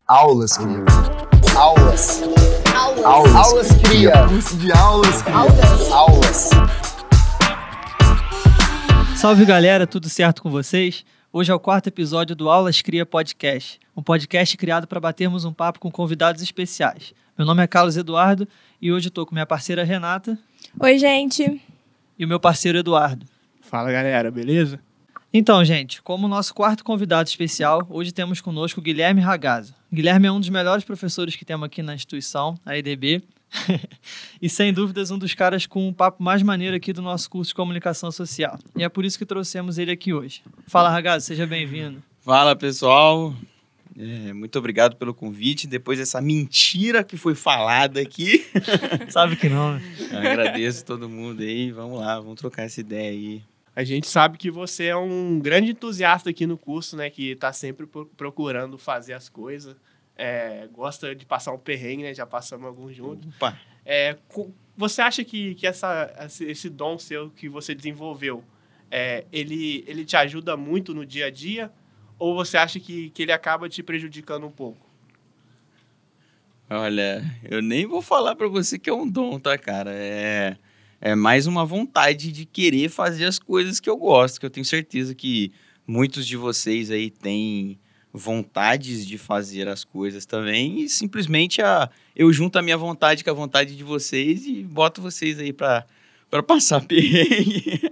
Aulas, cria. Aulas. Aulas. Aulas, cria. Curso de aulas, cria. Aulas. Salve galera, tudo certo com vocês? Hoje é o 4º episódio do Aulas Cria Podcast, um podcast criado para batermos um papo com convidados especiais. Meu nome é Carlos Eduardo e hoje estou com minha parceira Renata. Oi, gente. E o meu parceiro Eduardo. Fala galera, beleza? Então, gente, como nosso 4º convidado especial, hoje temos conosco o Guilherme Ragazza. Guilherme é um dos melhores professores que temos aqui na instituição, a EDB, e sem dúvidas um dos caras com o papo mais maneiro aqui do nosso curso de Comunicação Social. E é por isso que trouxemos ele aqui hoje. Fala, Ragazza, seja bem-vindo. Fala, pessoal. Muito obrigado pelo convite. Depois dessa mentira que foi falada aqui. Sabe que não, né? Eu agradeço todo mundo aí. Vamos lá, vamos trocar essa ideia aí. A gente sabe que você é um grande entusiasta aqui no curso, né? Que tá sempre procurando fazer as coisas. Gosta de passar um perrengue, né? Já passamos alguns juntos. Opa. Você acha que esse dom seu que você desenvolveu, ele te ajuda muito no dia a dia? Ou você acha que ele acaba te prejudicando um pouco? Olha, eu nem vou falar pra você que é um dom, tá, cara? É mais uma vontade de querer fazer as coisas que eu gosto, que eu tenho certeza que muitos de vocês aí têm vontades de fazer as coisas também, e simplesmente eu junto a minha vontade com a vontade de vocês e boto vocês aí para passar perrengue,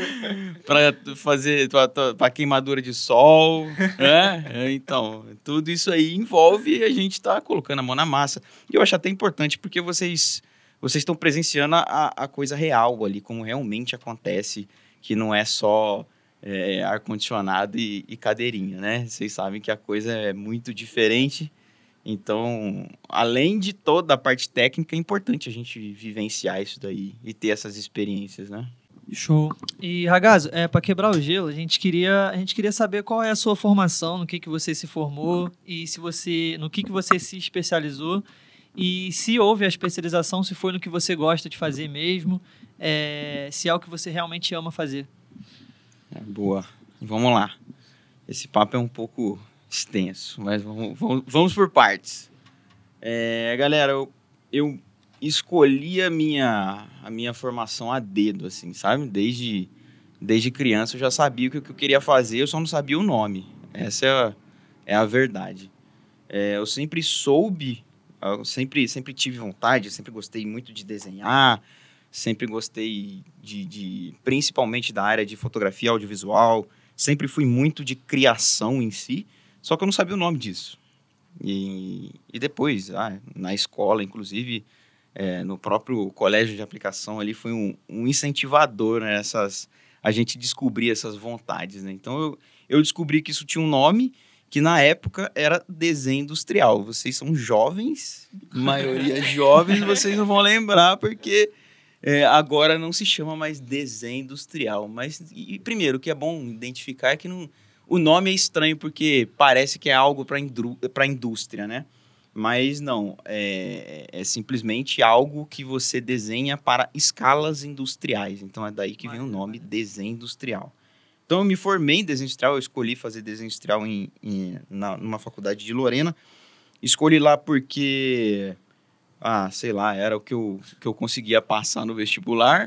para fazer para queimadura de sol, né? Então, tudo isso aí envolve a gente estar colocando a mão na massa. E eu acho até importante porque vocês estão presenciando a coisa real ali, como realmente acontece, que não é só ar-condicionado e cadeirinha, né? Vocês sabem que a coisa é muito diferente. Então, além de toda a parte técnica, é importante a gente vivenciar isso daí e ter essas experiências, né? Show. E, Ragazza, para quebrar o gelo, a gente queria saber qual é a sua formação, no que você se formou e no que você se especializou. E se houve a especialização, se foi no que você gosta de fazer mesmo, se é o que você realmente ama fazer. Boa. Vamos lá. Esse papo é um pouco extenso, mas vamos por partes. Galera, eu escolhi a minha formação a dedo, assim, sabe? Desde criança eu já sabia o que eu queria fazer, eu só não sabia o nome. Essa é a verdade. Eu sempre soube... Eu sempre tive vontade, sempre gostei muito de desenhar, sempre gostei principalmente da área de fotografia audiovisual, sempre fui muito de criação em si, só que eu não sabia o nome disso. E depois, na escola, inclusive, no próprio colégio de aplicação ali, foi um incentivador, né, a gente descobrir essas vontades, né? Então, eu descobri que isso tinha um nome, que na época era desenho industrial. Vocês são jovens, maioria jovens, vocês não vão lembrar, porque agora não se chama mais desenho industrial. Mas, primeiro, o que é bom identificar é que o nome é estranho, porque parece que é algo para a indústria, né? Mas não, é simplesmente algo que você desenha para escalas industriais. Então, é daí que vem o nome desenho industrial. Então, eu me formei em desenho industrial, eu escolhi fazer desenho industrial numa faculdade de Lorena. Escolhi lá porque, sei lá, era o que eu conseguia passar no vestibular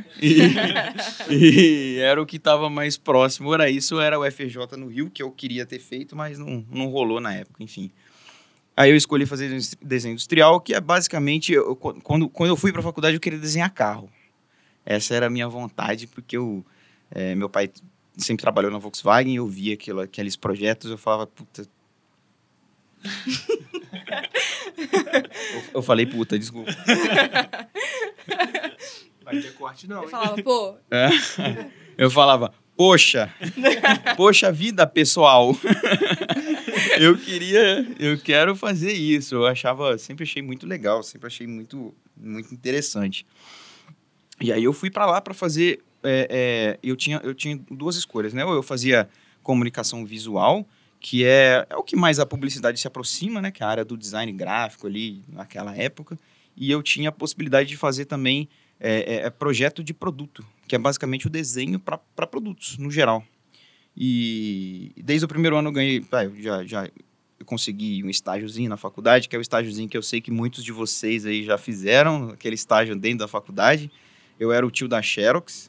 e era o que estava mais próximo. Era o FJ no Rio, que eu queria ter feito, mas não rolou na época, enfim. Aí eu escolhi fazer desenho industrial, que é basicamente, quando eu fui para a faculdade, eu queria desenhar carro. Essa era a minha vontade, porque meu pai sempre trabalhou na Volkswagen, eu via aqueles projetos, eu falava, puta... eu falei, puta, desculpa. Vai ter corte não. Eu falava, pô... Eu falava, poxa vida, pessoal. Eu quero fazer isso. Sempre achei muito legal, sempre achei muito, muito interessante. E aí eu fui para lá para fazer... eu tinha duas escolhas, né? Ou eu fazia comunicação visual, que é o que mais a publicidade se aproxima, né? Que é a área do design gráfico ali, naquela época. E eu tinha a possibilidade de fazer também projeto de produto, que é basicamente o desenho para produtos, no geral. E desde o primeiro ano eu ganhei... eu consegui um estágiozinho na faculdade, que é o estágiozinho que eu sei que muitos de vocês aí já fizeram, aquele estágio dentro da faculdade. Eu era o tio da Xerox,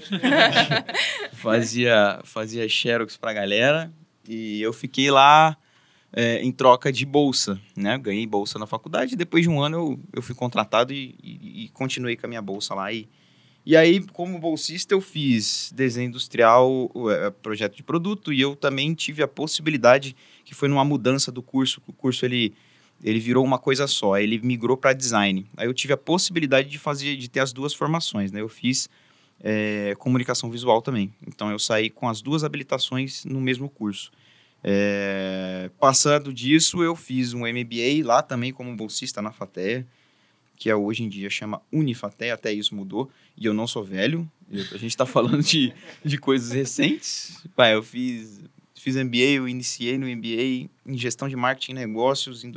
fazia Xerox pra galera, e eu fiquei lá em troca de bolsa, né? Ganhei bolsa na faculdade, e depois de um ano eu fui contratado e continuei com a minha bolsa lá. E aí, como bolsista, eu fiz desenho industrial, projeto de produto, e eu também tive a possibilidade, que foi numa mudança do curso, o curso ele virou uma coisa só, ele migrou para design. Aí eu tive a possibilidade de ter as duas formações, né? Eu fiz comunicação visual também, então eu saí com as duas habilitações no mesmo curso. Passando disso, eu fiz um MBA lá também como bolsista na FATEA, que hoje em dia chama Unifatea, até isso mudou, e eu não sou velho, a gente está falando de coisas recentes. Eu fiz MBA, eu iniciei no MBA em gestão de marketing e negócios em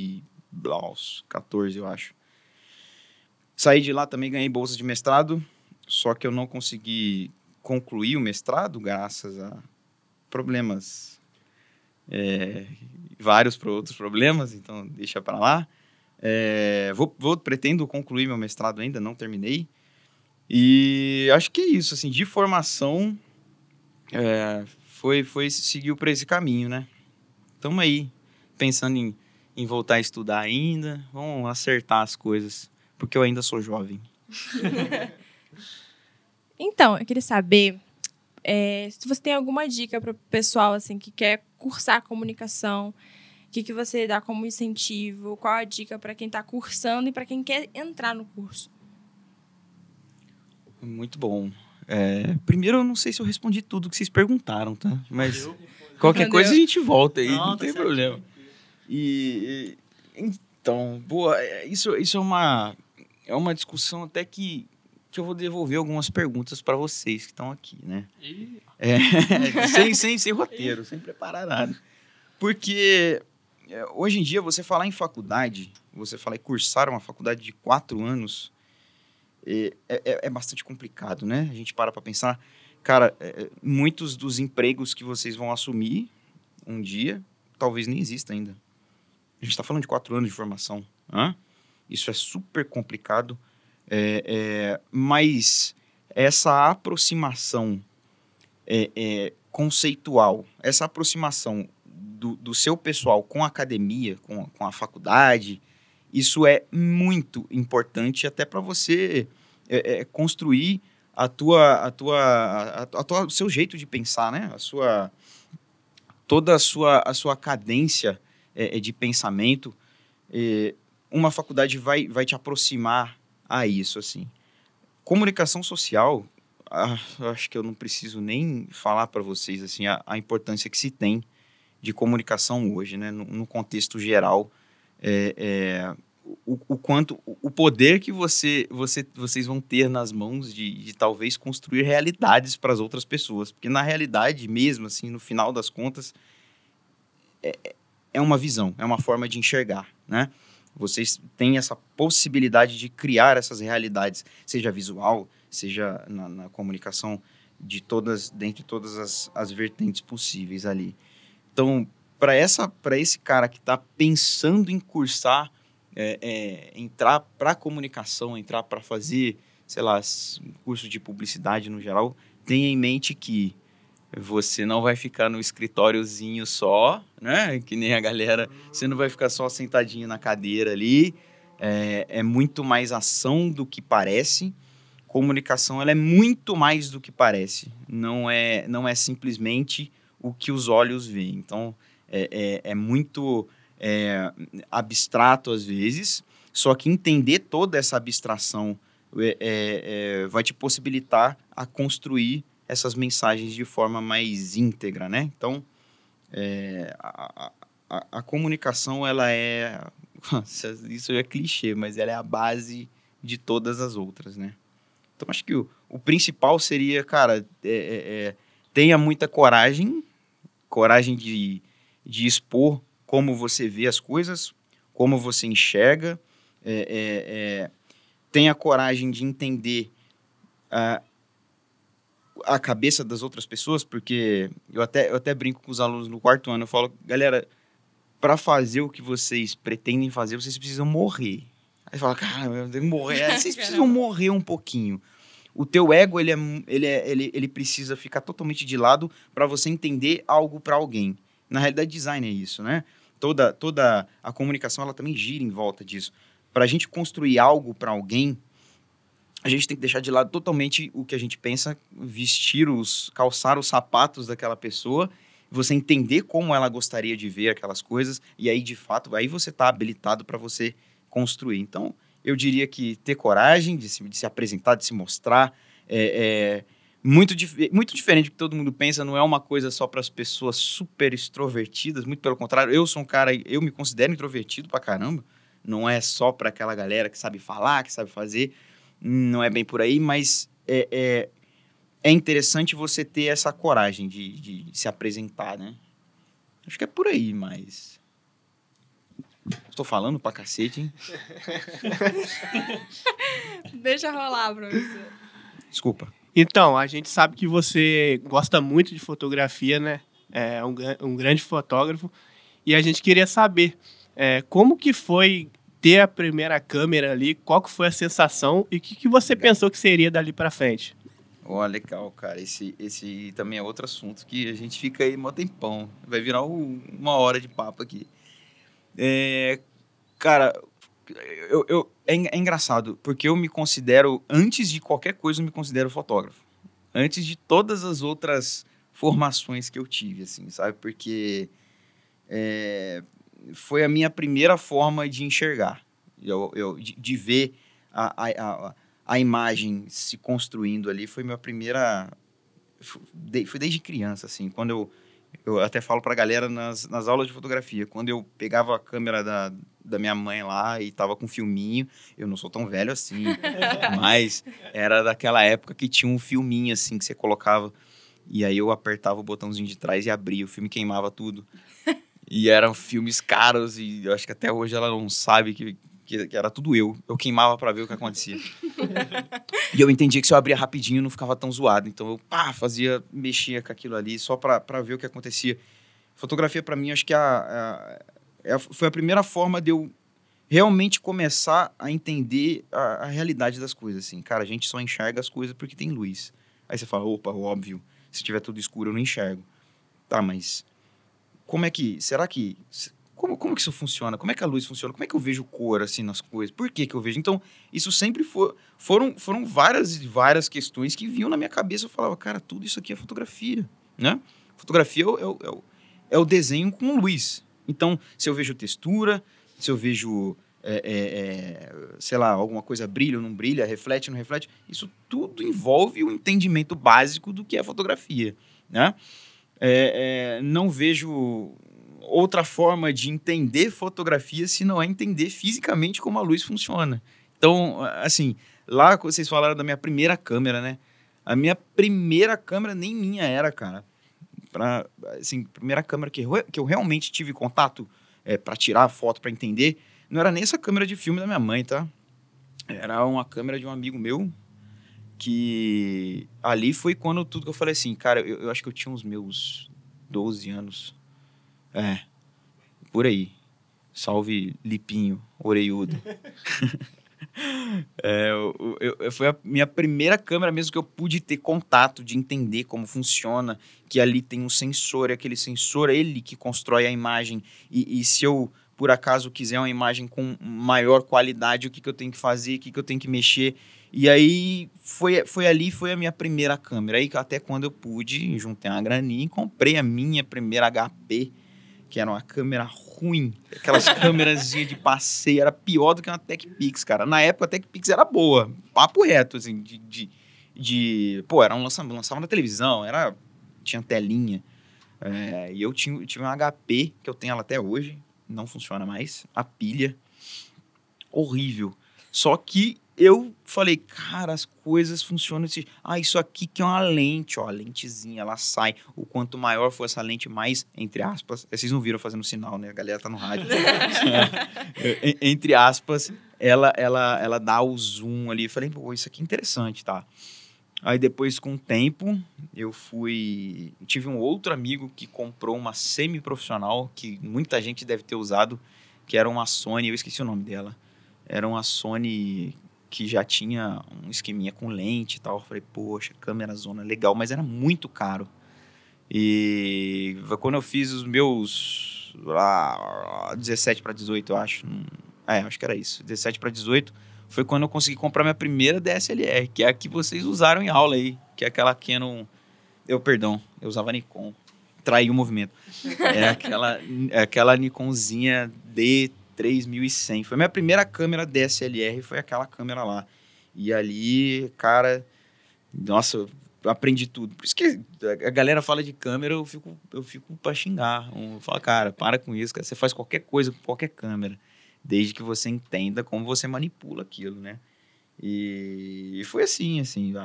2014, eu acho. Saí de lá, também ganhei bolsa de mestrado, só que eu não consegui concluir o mestrado graças a problemas, vários outros problemas, então deixa para lá. Pretendo concluir meu mestrado ainda, não terminei. E acho que é isso, assim, de formação, seguiu para esse caminho, né? Estamos aí, pensando em voltar a estudar ainda, vamos acertar as coisas, porque eu ainda sou jovem. Então, eu queria saber se você tem alguma dica para o pessoal assim, que quer cursar comunicação, o que você dá como incentivo, qual a dica para quem está cursando e para quem quer entrar no curso? Muito bom. Primeiro, eu não sei se eu respondi tudo que vocês perguntaram, tá? Mas qualquer coisa a gente volta aí, não tem problema. Então, boa, isso é uma discussão até que eu vou devolver algumas perguntas para vocês que estão aqui, né? Sem roteiro, sem preparar nada. Porque hoje em dia, você falar em faculdade, você falar em cursar uma faculdade de 4 anos, é bastante complicado, né? A gente para pensar, cara, muitos dos empregos que vocês vão assumir um dia, talvez nem exista ainda. A gente está falando de 4 anos de formação. Isso é super complicado. Mas essa aproximação conceitual, essa aproximação do seu pessoal com a academia, com a faculdade, isso é muito importante até para você construir o seu jeito de pensar, né? Toda a sua cadência de pensamento. Uma faculdade vai te aproximar a isso, assim. Comunicação social, acho que eu não preciso nem falar para vocês assim, a importância que se tem de comunicação hoje, né? No contexto geral, o poder que vocês vão ter nas mãos de talvez construir realidades para as outras pessoas, porque na realidade mesmo, assim, no final das contas, é uma visão, é uma forma de enxergar, né? Vocês têm essa possibilidade de criar essas realidades, seja visual, seja na comunicação, dentre todas as vertentes possíveis ali. Então, para esse cara que está pensando em cursar, entrar para comunicação, entrar para fazer, sei lá, curso de publicidade no geral, tenha em mente que você não vai ficar no escritóriozinho só, né? Que nem a galera. Você não vai ficar só sentadinho na cadeira ali. É muito mais ação do que parece. Comunicação, ela é muito mais do que parece. Não é simplesmente o que os olhos veem. Então, é muito abstrato às vezes. Só que entender toda essa abstração vai te possibilitar a construir essas mensagens de forma mais íntegra, né? Então, a comunicação, ela isso é clichê, mas ela é a base de todas as outras, né? Então, acho que o principal seria, cara, tenha muita coragem de expor como você vê as coisas, como você enxerga, tenha coragem de entender a cabeça das outras pessoas, porque eu até brinco com os alunos no 4º ano, eu falo, galera, para fazer o que vocês pretendem fazer, vocês precisam morrer. Aí fala, cara, eu tenho que morrer. Aí vocês precisam morrer um pouquinho. O teu ego, ele precisa ficar totalmente de lado para você entender algo para alguém. Na realidade, design é isso, né? Toda a comunicação, ela também gira em volta disso. Para a gente construir algo para alguém, a gente tem que deixar de lado totalmente o que a gente pensa, calçar os sapatos daquela pessoa, você entender como ela gostaria de ver aquelas coisas, e aí, de fato, aí você está habilitado para você construir. Então, eu diria que ter coragem de se apresentar, de se mostrar, muito diferente do que todo mundo pensa, não é uma coisa só para as pessoas super extrovertidas, muito pelo contrário, eu sou um cara, eu me considero introvertido pra caramba, não é só para aquela galera que sabe falar, que sabe fazer, não é bem por aí, mas é interessante você ter essa coragem de se apresentar, né? Acho que é por aí, mas... Estou falando pra cacete, hein? Deixa rolar, professor. Desculpa. Então, a gente sabe que você gosta muito de fotografia, né? É um grande fotógrafo. E a gente queria saber como que foi ter a primeira câmera ali, qual que foi a sensação e o que você pensou que seria dali pra frente? Legal, cara. Esse também é outro assunto que a gente fica aí mó tempão. Vai virar uma hora de papo aqui. Cara, é engraçado, porque eu me considero, antes de qualquer coisa, eu me considero fotógrafo. Antes de todas as outras formações que eu tive, assim, sabe? Porque foi a minha primeira forma de enxergar, de ver a imagem se construindo ali. Foi minha primeira... Foi desde criança, assim, quando eu até falo pra galera nas aulas de fotografia, quando eu pegava a câmera da minha mãe lá e tava com um filminho, eu não sou tão velho assim, mas era daquela época que tinha um filminho assim que você colocava, e aí eu apertava o botãozinho de trás e abria, o filme queimava tudo. E eram filmes caros, e eu acho que até hoje ela não sabe que era tudo eu queimava pra ver o que acontecia. E eu entendia que se eu abria rapidinho não ficava tão zoado, então eu mexia com aquilo ali só pra ver o que acontecia. Fotografia pra mim, acho que foi a primeira forma de eu realmente começar a entender a realidade das coisas, assim. Cara, a gente só enxerga as coisas porque tem luz. Aí você fala, opa, óbvio, se tiver tudo escuro eu não enxergo. Tá, mas será que... Como que isso funciona? Como é que a luz funciona? Como é que eu vejo cor, assim, nas coisas? Por que eu vejo? Então, isso sempre foram várias questões que vinham na minha cabeça. Eu falava, cara, tudo isso aqui é fotografia, né? Fotografia é o desenho com luz. Então, se eu vejo textura, se eu vejo, sei lá, alguma coisa brilha ou não brilha, reflete ou não reflete, isso tudo envolve o entendimento básico do que é fotografia, né? Não vejo outra forma de entender fotografia se não é entender fisicamente como a luz funciona. Então, assim, lá vocês falaram da minha primeira câmera, né? A minha primeira câmera nem minha era, cara. Primeira câmera que eu realmente tive contato para tirar foto, para entender, não era nem essa câmera de filme da minha mãe, tá? Era uma câmera de um amigo meu, que ali foi quando tudo que eu falei assim, cara, eu acho que eu tinha uns meus 12 anos. Por aí. Salve Lipinho, orelhudo. Foi a minha primeira câmera mesmo que eu pude ter contato, de entender como funciona, que ali tem um sensor, e aquele sensor, ele que constrói a imagem, e se eu, por acaso, quiser uma imagem com maior qualidade, o que eu tenho que fazer, o que eu tenho que mexer. E aí, foi a minha primeira câmera. Aí, até quando eu pude, juntei uma graninha e comprei a minha primeira HP, que era uma câmera ruim, aquelas câmerazinhas de passeio, era pior do que uma TechPix, cara. Na época a TechPix era boa, papo reto, assim, lançava na televisão, tinha telinha, e eu tive um HP, que eu tenho ela até hoje, não funciona mais, a pilha, horrível. Só que eu falei, cara, as coisas funcionam assim. Isso aqui que é uma lente, ó, a lentezinha, ela sai. O quanto maior for essa lente, mais, entre aspas, vocês não viram fazendo sinal, né? A galera tá no rádio. Entre aspas, ela dá o zoom ali. Eu falei, pô, isso aqui é interessante, tá? Aí depois, com o tempo, tive um outro amigo que comprou uma semi-profissional, que muita gente deve ter usado, que era uma Sony, eu esqueci o nome dela. Era uma Sony que já tinha um esqueminha com lente e tal. Eu falei, poxa, câmera zona legal, mas era muito caro. E quando eu fiz os meus 17 para 18, eu acho. Acho que era isso. 17 para 18 foi quando eu consegui comprar minha primeira DSLR, que é a que vocês usaram em aula aí, que é aquela Canon. Eu usava Nikon. Traí o movimento. É aquela Nikonzinha D3100. Foi minha primeira câmera DSLR, foi aquela câmera lá. E ali, cara, nossa, eu aprendi tudo. Por isso que a galera fala de câmera, eu fico pra xingar. Eu falo, cara, para com isso, cara. Você faz qualquer coisa com qualquer câmera, desde que você entenda como você manipula aquilo, né? E foi assim,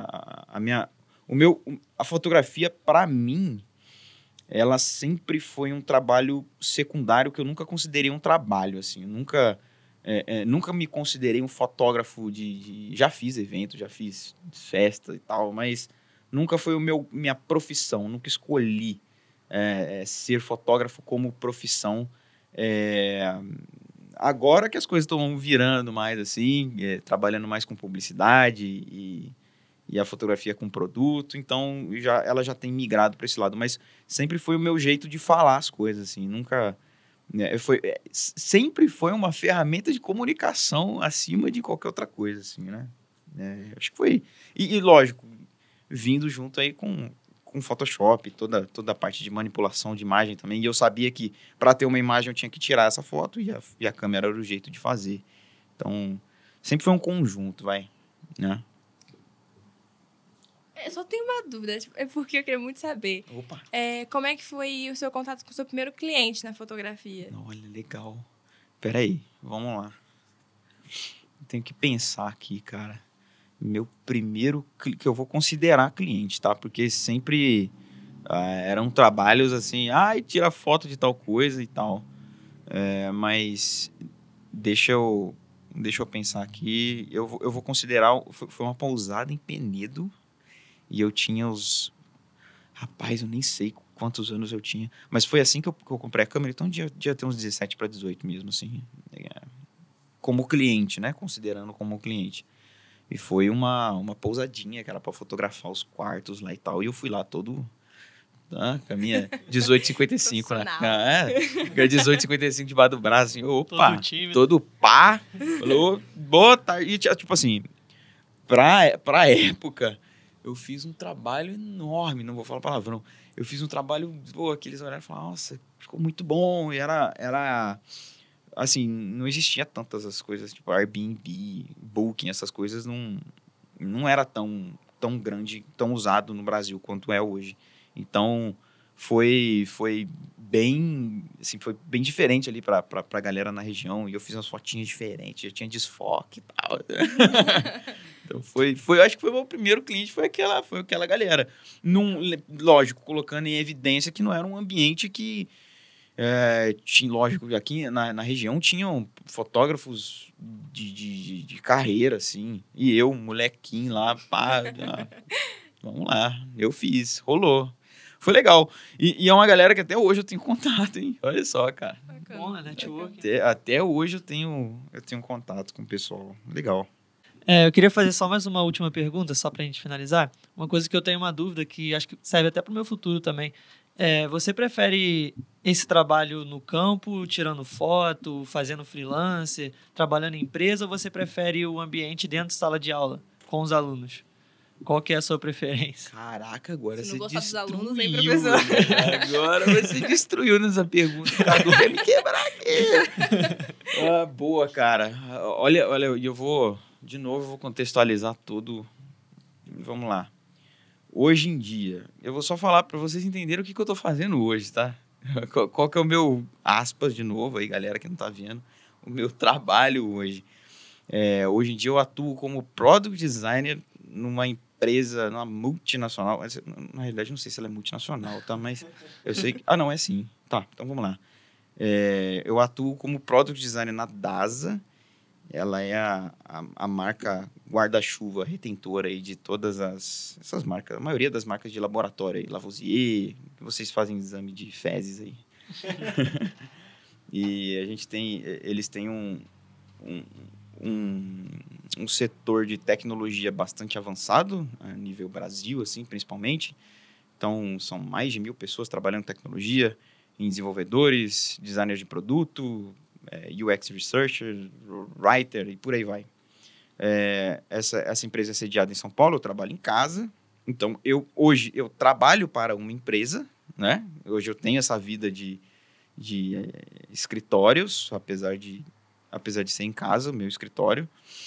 a fotografia, para mim, ela sempre foi um trabalho secundário que eu nunca considerei um trabalho, assim. Eu nunca me considerei um fotógrafo já fiz evento, já fiz festa e tal, mas nunca foi minha profissão. Nunca escolhi ser fotógrafo como profissão. Agora que as coisas estão virando mais assim, trabalhando mais com publicidade e a fotografia com produto, então ela já tem migrado para esse lado, mas sempre foi o meu jeito de falar as coisas, assim, nunca... sempre foi uma ferramenta de comunicação acima de qualquer outra coisa, assim, né? Acho que foi... E lógico, vindo junto aí com Photoshop, toda a parte de manipulação de imagem também, e eu sabia que para ter uma imagem eu tinha que tirar essa foto e a câmera era o jeito de fazer. Então, sempre foi um conjunto, né? Eu só tenho uma dúvida, é porque eu queria muito saber. Opa! Como é que foi o seu contato com o seu primeiro cliente na fotografia? Olha, legal. Peraí, vamos lá. Tenho que pensar aqui, cara. Meu primeiro, que eu vou considerar cliente, tá? Porque sempre eram trabalhos assim, tira foto de tal coisa e tal. Mas deixa eu pensar aqui. Eu vou considerar, foi uma pousada em Penedo e eu tinha Rapaz, eu nem sei quantos anos eu tinha, mas foi assim que eu comprei a câmera, então devia ter uns 17 para 18 mesmo, assim. Como cliente, né? Considerando como cliente. E foi uma pousadinha que era para fotografar os quartos lá e tal. E eu fui lá todo... com a minha 1855, né? 1855 debaixo do braço, assim, opa, todo pá. Falou, boa tarde. E, tipo assim, pra época, eu fiz um trabalho enorme, não vou falar palavrão. Eu fiz um trabalho, que eles olharam e falaram, nossa, ficou muito bom. E era assim, não existia tantas as coisas, tipo Airbnb, Booking, essas coisas não era tão grande, tão usado no Brasil quanto é hoje. Então, foi bem, assim, foi bem diferente ali pra galera na região, e eu fiz umas fotinhas diferentes, já tinha desfoque e tal. Então, acho que foi o meu primeiro cliente, foi aquela galera. Lógico, colocando em evidência que não era um ambiente que... lógico, aqui na região tinham fotógrafos de carreira, assim, e eu, molequinho lá, pá, vamos lá, eu fiz, rolou. Foi legal. E é uma galera que até hoje eu tenho contato, hein? Olha só, cara. Bom, né? Network. Até hoje eu tenho contato com o pessoal. Legal. Eu queria fazer só mais uma última pergunta, só pra gente finalizar. Uma coisa que eu tenho uma dúvida, que acho que serve até pro meu futuro também. Você prefere esse trabalho no campo, tirando foto, fazendo freelance, trabalhando em empresa, ou você prefere o ambiente dentro de sala de aula, com os alunos? Qual que é a sua preferência? Caraca, agora você destruiu. Se não gostar dos alunos, hein, professor? Agora você destruiu nessa pergunta. O Cadu quer me quebrar aqui. Boa, cara. Olha, eu vou contextualizar tudo. Vamos lá. Hoje em dia, eu vou só falar para vocês entenderem o que eu tô fazendo hoje, tá? Qual que é o meu, aspas de novo aí, galera que não tá vendo, o meu trabalho hoje. Hoje em dia eu atuo como Product Designer numa empresa, numa multinacional. Na realidade, não sei se ela é multinacional, tá? Mas eu sei que... não, é sim. Tá, então vamos lá. Eu atuo como Product Designer na DASA, ela é a marca guarda-chuva retentora aí de todas essas marcas, a maioria das marcas de laboratório aí, Lavoisier, que vocês fazem exame de fezes aí. E eles têm um, um setor de tecnologia bastante avançado, a nível Brasil, assim, principalmente. Então, são mais de 1.000 pessoas trabalhando em tecnologia, em desenvolvedores, designers de produto, UX researcher, writer e por aí vai. Essa empresa é sediada em São Paulo, eu trabalho em casa. Então, hoje eu trabalho para uma empresa, né? Hoje eu tenho essa vida de escritórios, apesar de ser em casa, meu escritório.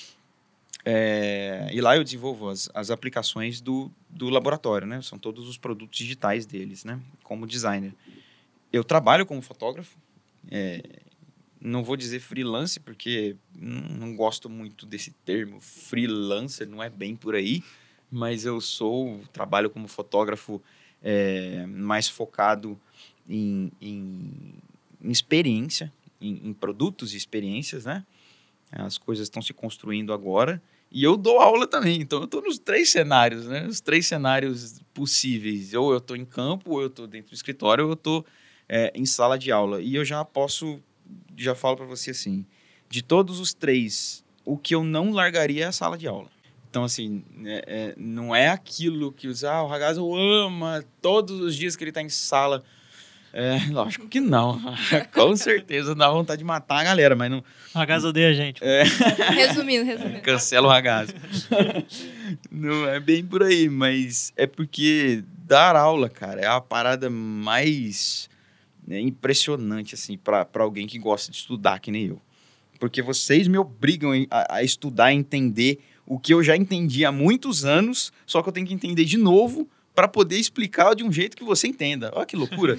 E lá eu desenvolvo as aplicações do laboratório, né? São todos os produtos digitais deles, né? Como designer. Eu trabalho como fotógrafo. Não vou dizer freelance, porque não gosto muito desse termo. Freelancer não é bem por aí, mas trabalho como fotógrafo mais focado em experiência, em produtos e experiências, né? As coisas estão se construindo agora. E eu dou aula também, então eu estou nos 3 cenários, né? Os 3 cenários possíveis. Ou eu estou em campo, ou eu estou dentro do escritório, ou eu estou em sala de aula. E eu já falo para você assim, de todos os 3, o que eu não largaria é a sala de aula. Então, assim, não é aquilo que o Ragazzo ama todos os dias que ele está em sala. Lógico que não. Com certeza dá vontade de matar a galera, mas não... O Ragazzo odeia a gente. Resumindo. Cancela o Ragazzo. Não é bem por aí, mas é porque dar aula, cara, é a parada mais impressionante, assim, para alguém que gosta de estudar, que nem eu. Porque vocês me obrigam a estudar, a entender o que eu já entendi há muitos anos, só que eu tenho que entender de novo para poder explicar de um jeito que você entenda. Olha que loucura.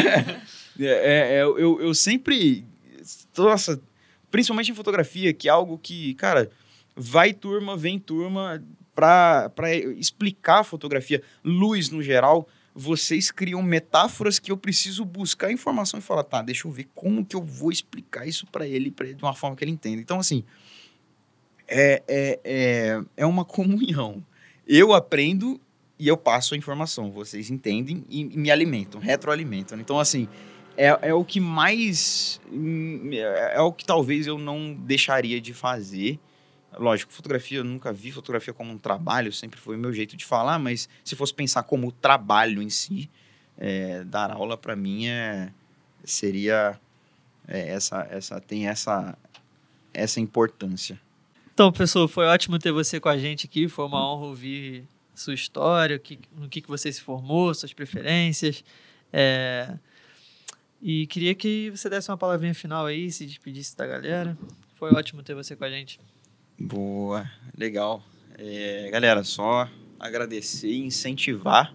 Eu sempre... Nossa, principalmente em fotografia, que é algo que, cara, vai turma, vem turma, para explicar a fotografia, luz no geral, vocês criam metáforas que eu preciso buscar informação e falar, tá, deixa eu ver como que eu vou explicar isso para ele de uma forma que ele entenda. Então, assim, é uma comunhão. Eu aprendo e eu passo a informação, vocês entendem e me alimentam, retroalimentam. Então, assim, é o que mais... É o que talvez eu não deixaria de fazer. Lógico, fotografia, eu nunca vi fotografia como um trabalho, sempre foi o meu jeito de falar, mas se fosse pensar como trabalho em si, dar aula para mim seria tem essa importância. Então, professor, foi ótimo ter você com a gente aqui, foi uma honra ouvir sua história, no que você se formou, suas preferências. E queria que você desse uma palavrinha final aí, se despedisse da galera. Foi ótimo ter você com a gente. Boa, legal. Galera, só agradecer e incentivar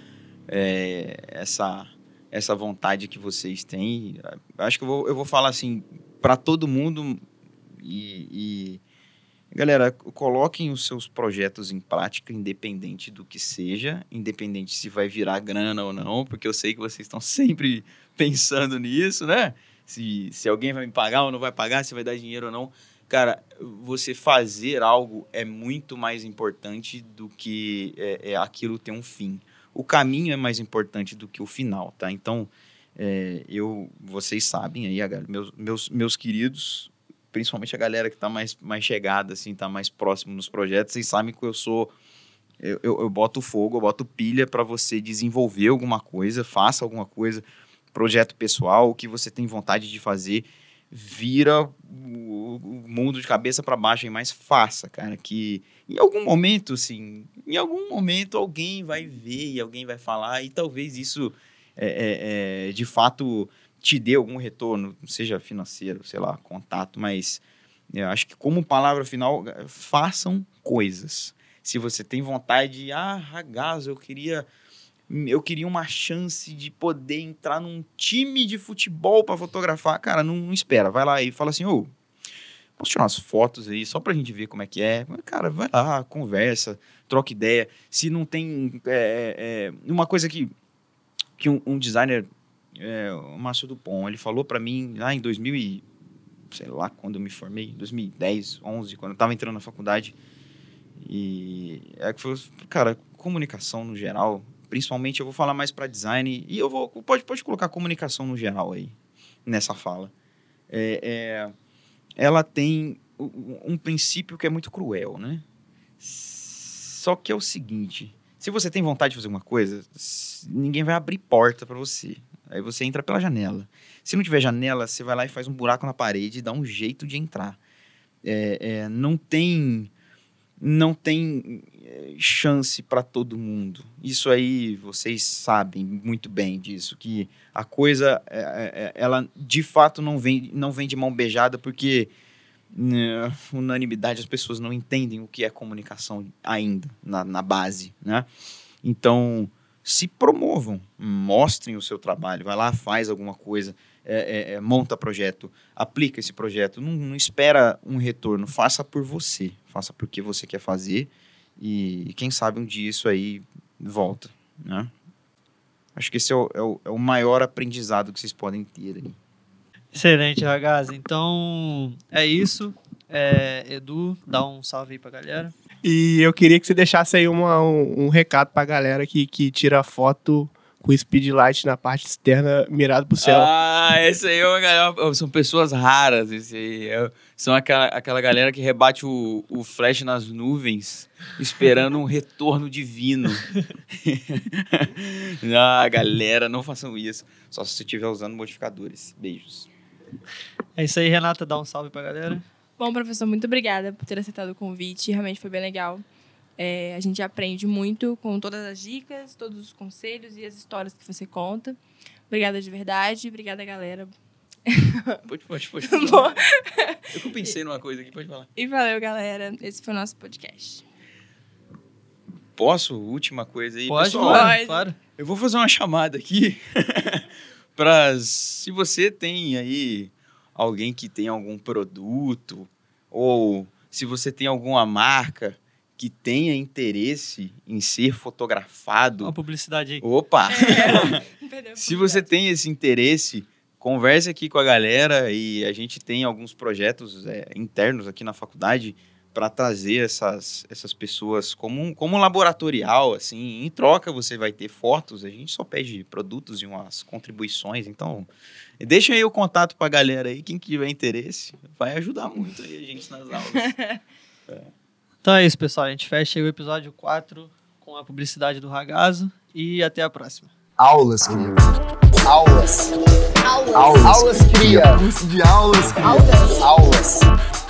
essa vontade que vocês têm. Acho que eu vou falar assim para todo mundo e galera, coloquem os seus projetos em prática, independente do que seja, independente se vai virar grana ou não, porque eu sei que vocês estão sempre pensando nisso, né? Se alguém vai me pagar ou não vai pagar, se vai dar dinheiro ou não. Cara, você fazer algo é muito mais importante do que aquilo ter um fim. O caminho é mais importante do que o final, tá? Então, vocês sabem aí, meus queridos, principalmente a galera que está mais chegada, assim, está mais próximo nos projetos, vocês sabem que eu boto fogo, eu boto pilha para você desenvolver alguma coisa, faça alguma coisa, projeto pessoal, o que você tem vontade de fazer, vira o mundo de cabeça para baixo, mas faça, cara, que em algum momento, assim, alguém vai ver e alguém vai falar e talvez isso, de fato, te dê algum retorno, seja financeiro, sei lá, contato, mas eu acho que como palavra final, façam coisas. Se você tem vontade, Ragazzo, eu queria uma chance de poder entrar num time de futebol para fotografar. Cara, não espera. Vai lá e fala assim, posso tirar umas fotos aí só pra gente ver como é que é? Cara, vai lá, conversa, troca ideia. Se não tem... uma coisa que um designer, o Márcio Dupont, ele falou pra mim lá em 2000 sei lá, quando eu me formei, 2010, 11, quando eu estava entrando na faculdade. E que foi, cara, comunicação no geral, principalmente eu vou falar mais para design, e pode colocar comunicação no geral aí, nessa fala. Ela tem um princípio que é muito cruel, né? Só que é o seguinte, se você tem vontade de fazer alguma coisa, ninguém vai abrir porta para você. Aí você entra pela janela. Se não tiver janela, você vai lá e faz um buraco na parede e dá um jeito de entrar. Não tem chance para todo mundo. Isso aí, vocês sabem muito bem disso, que a coisa, ela de fato não vem de mão beijada, porque unanimidade, as pessoas não entendem o que é comunicação ainda, na base, né? Então, se promovam, mostrem o seu trabalho, vai lá, faz alguma coisa, monta projeto, aplica esse projeto, não espera um retorno, faça por você, faça porque você quer fazer, e quem sabe um dia isso aí volta, né? Acho que esse é o maior aprendizado que vocês podem ter aí. Excelente, Ragazzi. Então, é isso. Edu, dá um salve aí pra galera. E eu queria que você deixasse aí um recado pra galera que tira foto com speedlight na parte externa mirado pro céu. Esse aí são pessoas raras. Esse aí são aquela galera que rebate o flash nas nuvens esperando um retorno divino. Galera, não façam isso. Só se você estiver usando modificadores. Beijos. É isso aí, Renata, dá um salve pra galera. Bom, professor, muito obrigada por ter aceitado o convite. Realmente foi bem legal. A gente aprende muito com todas as dicas, todos os conselhos e as histórias que você conta. Obrigada de verdade. Obrigada, galera. Pode. Bom. Eu pensei numa coisa aqui, pode falar. E valeu, galera. Esse foi o nosso podcast. Posso? Última coisa aí, pode, pessoal. Claro. Eu vou fazer uma chamada aqui se você tem aí alguém que tem algum produto, ou se você tem alguma marca que tenha interesse em ser fotografado. Uma publicidade aí. Opa! Se você tem esse interesse, converse aqui com a galera, e a gente tem alguns projetos internos aqui na faculdade para trazer essas pessoas como um laboratorial, assim. Em troca você vai ter fotos, a gente só pede produtos e umas contribuições, então deixa aí o contato para a galera aí, quem tiver interesse, vai ajudar muito aí a gente nas aulas. Então é isso, pessoal, a gente fecha aí o episódio 4 com a publicidade do Ragazzo e até a próxima. Aulas, cria. Aulas, cria. Curso de aulas, cria. Aulas.